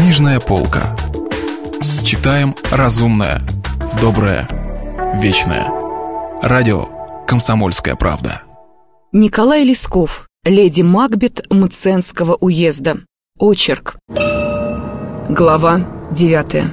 Книжная полка. Читаем разумное, доброе, вечное. Радио «Комсомольская правда». Николай Лесков. Леди Макбет Мценского уезда. Очерк. Глава 9.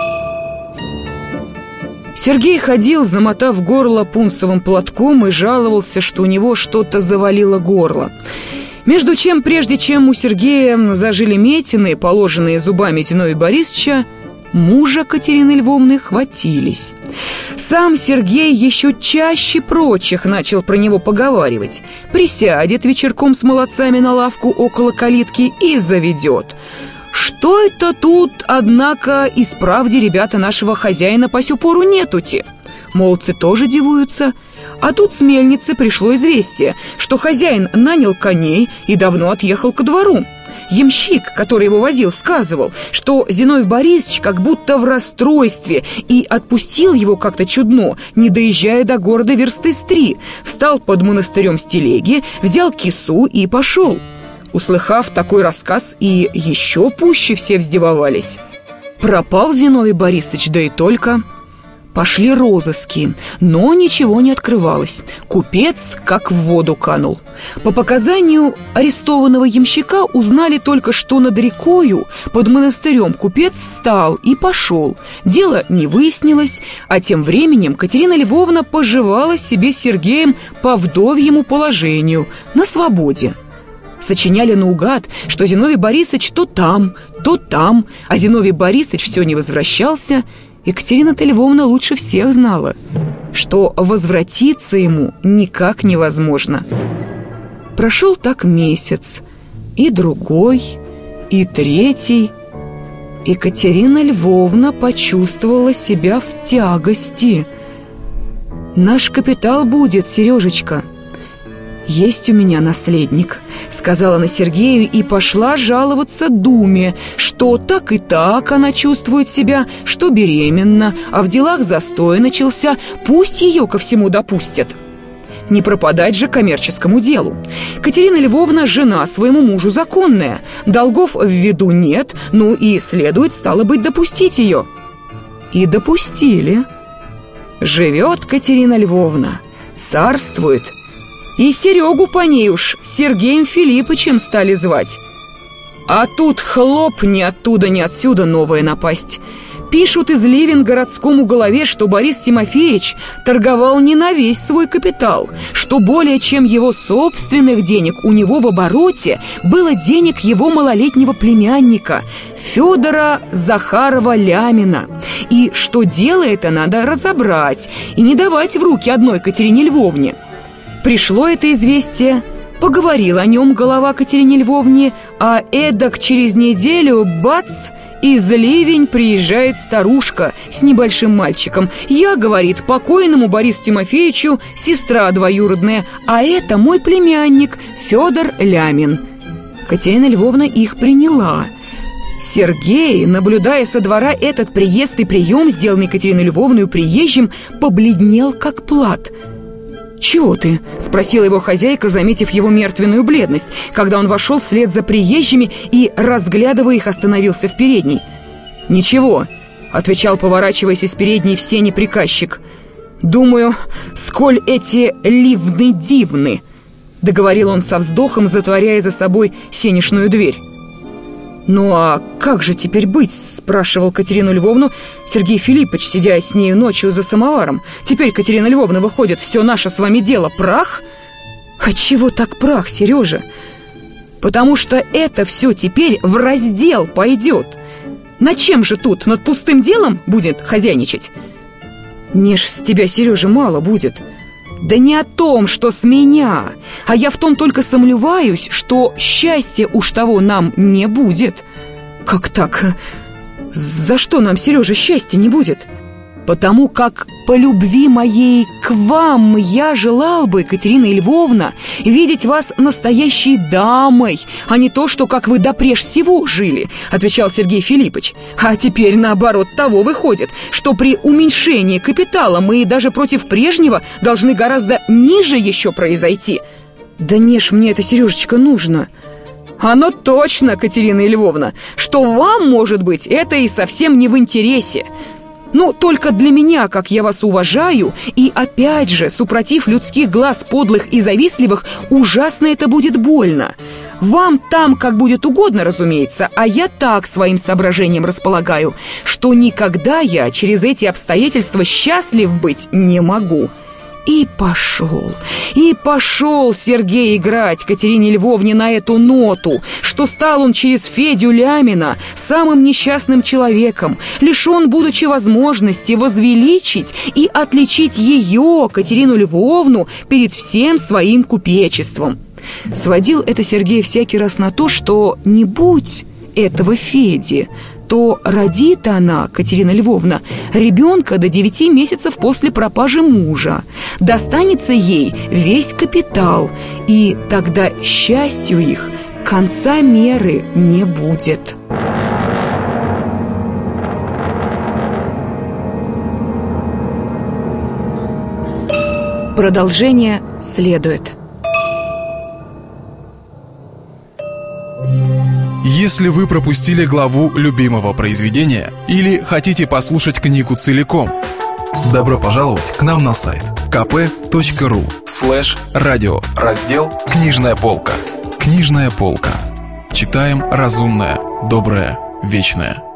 Сергей ходил, замотав горло пунцовым платком, и жаловался, что у него что-то завалило горло. Между чем, прежде чем у Сергея зажили метины, положенные зубами Зиновия Борисовича, мужа Катерины Львовны хватились. Сам Сергей еще чаще прочих начал про него поговаривать. Присядет вечерком с молодцами на лавку около калитки и заведет: «Что это тут, однако, исправьте, ребята, нашего хозяина по сю пору нетути?» Молодцы тоже дивуются. А тут с мельницы пришло известие, что хозяин нанял коней и давно отъехал ко двору. Ямщик, который его возил, сказывал, что Зиновий Борисович как будто в расстройстве и отпустил его как-то чудно, не доезжая до города версты с 3. Встал под монастырем с телеги, взял кису и пошел. Услыхав такой рассказ, и еще пуще все вздевовались. Пропал Зиновий Борисович, да и только. Пошли розыски, но ничего не открывалось. Купец как в воду канул. По показанию арестованного ямщика узнали только, что над рекою под монастырем купец встал и пошел. Дело не выяснилось, а тем временем Катерина Львовна поживала себе с Сергеем по вдовьему положению, на свободе. Сочиняли наугад, что Зиновий Борисович то там, а Зиновий Борисович все не возвращался. Екатерина-то Львовна лучше всех знала, что возвратиться ему никак невозможно. Прошел так месяц, и другой, и третий. Екатерина Львовна почувствовала себя в тягости. «Наш капитал будет, Сережечка. Есть у меня наследник», — сказала она Сергею и пошла жаловаться Думе, что так и так она чувствует себя, что беременна, а в делах застой начался, пусть ее ко всему допустят. Не пропадать же коммерческому делу. Катерина Львовна жена своему мужу законная, долгов в виду нет, ну и следует, стало быть, допустить ее. И допустили. Живет Катерина Львовна, царствует. И Серегу по ней уж Сергеем Филиппычем стали звать. А тут хлоп, ни оттуда, ни отсюда новая напасть. Пишут из Ливен-городскому голове, что Борис Тимофеевич торговал не на весь свой капитал, что более чем его собственных денег у него в обороте было денег его малолетнего племянника Федора Захарова-Лямина, и что дело это надо разобрать и не давать в руки одной Катерине Львовне. Пришло это известие, поговорил о нем голова Катерине Львовне, а эдак через неделю, бац, из Ливень приезжает старушка с небольшим мальчиком. «Я, — говорит, — покойному Борису Тимофеевичу сестра двоюродная, а это мой племянник Федор Лямин». Катерина Львовна их приняла. Сергей, наблюдая со двора этот приезд и прием, сделанный Катериной Львовной приезжим, побледнел как плат. «Чего ты?» — спросила его хозяйка, заметив его мертвенную бледность, когда он вошел вслед за приезжими и, разглядывая их, остановился в передней. «Ничего», — отвечал, поворачиваясь из передней в сени приказчик. «Думаю, сколь эти ливны дивны», — договорил он со вздохом, затворяя за собой сенешную дверь. «Ну а как же теперь быть?» — спрашивал Катерину Львовну Сергей Филиппович, сидя с нею ночью за самоваром. «Теперь, Катерина Львовна, выходит, все наше с вами дело прах?» «А чего так прах, Сережа?» «Потому что это все теперь в раздел пойдет. На чем же тут, над пустым делом будет хозяйничать?» «Не ж с тебя, Сережа, мало будет». «Да не о том, что с меня, а я в том только сомневаюсь, что счастья уж того нам не будет». «Как так? За что нам, Сережа, счастья не будет?» «Потому как по любви моей к вам я желал бы, Катерина Львовна, видеть вас настоящей дамой, а не то, что как вы допреж всего жили», — отвечал Сергей Филиппович. «А теперь наоборот того выходит, что при уменьшении капитала мы даже против прежнего должны гораздо ниже еще произойти». «Да не ж мне это, Сережечка, нужно. Оно точно, Катерина Львовна, что вам, может быть, это и совсем не в интересе. Ну, только для меня, как я вас уважаю, и опять же, супротив людских глаз подлых и завистливых, ужасно это будет больно. Вам там как будет угодно, разумеется, а я так своим соображением располагаю, что никогда я через эти обстоятельства счастлив быть не могу. И пошел Сергей играть Катерине Львовне на эту ноту, что стал он через Федю Лямина самым несчастным человеком, лишен, будучи возможности, возвеличить и отличить ее, Катерину Львовну, перед всем своим купечеством. Сводил это Сергей всякий раз на то, что не будь этого Феди, то родит она, Катерина Львовна, ребенка до 9 месяцев после пропажи мужа. Достанется ей весь капитал, и тогда счастью их конца меры не будет. Продолжение следует. Если вы пропустили главу любимого произведения или хотите послушать книгу целиком, добро пожаловать к нам на сайт kp.ru/радио, раздел «Книжная полка». Книжная полка. Читаем разумное, доброе, вечное.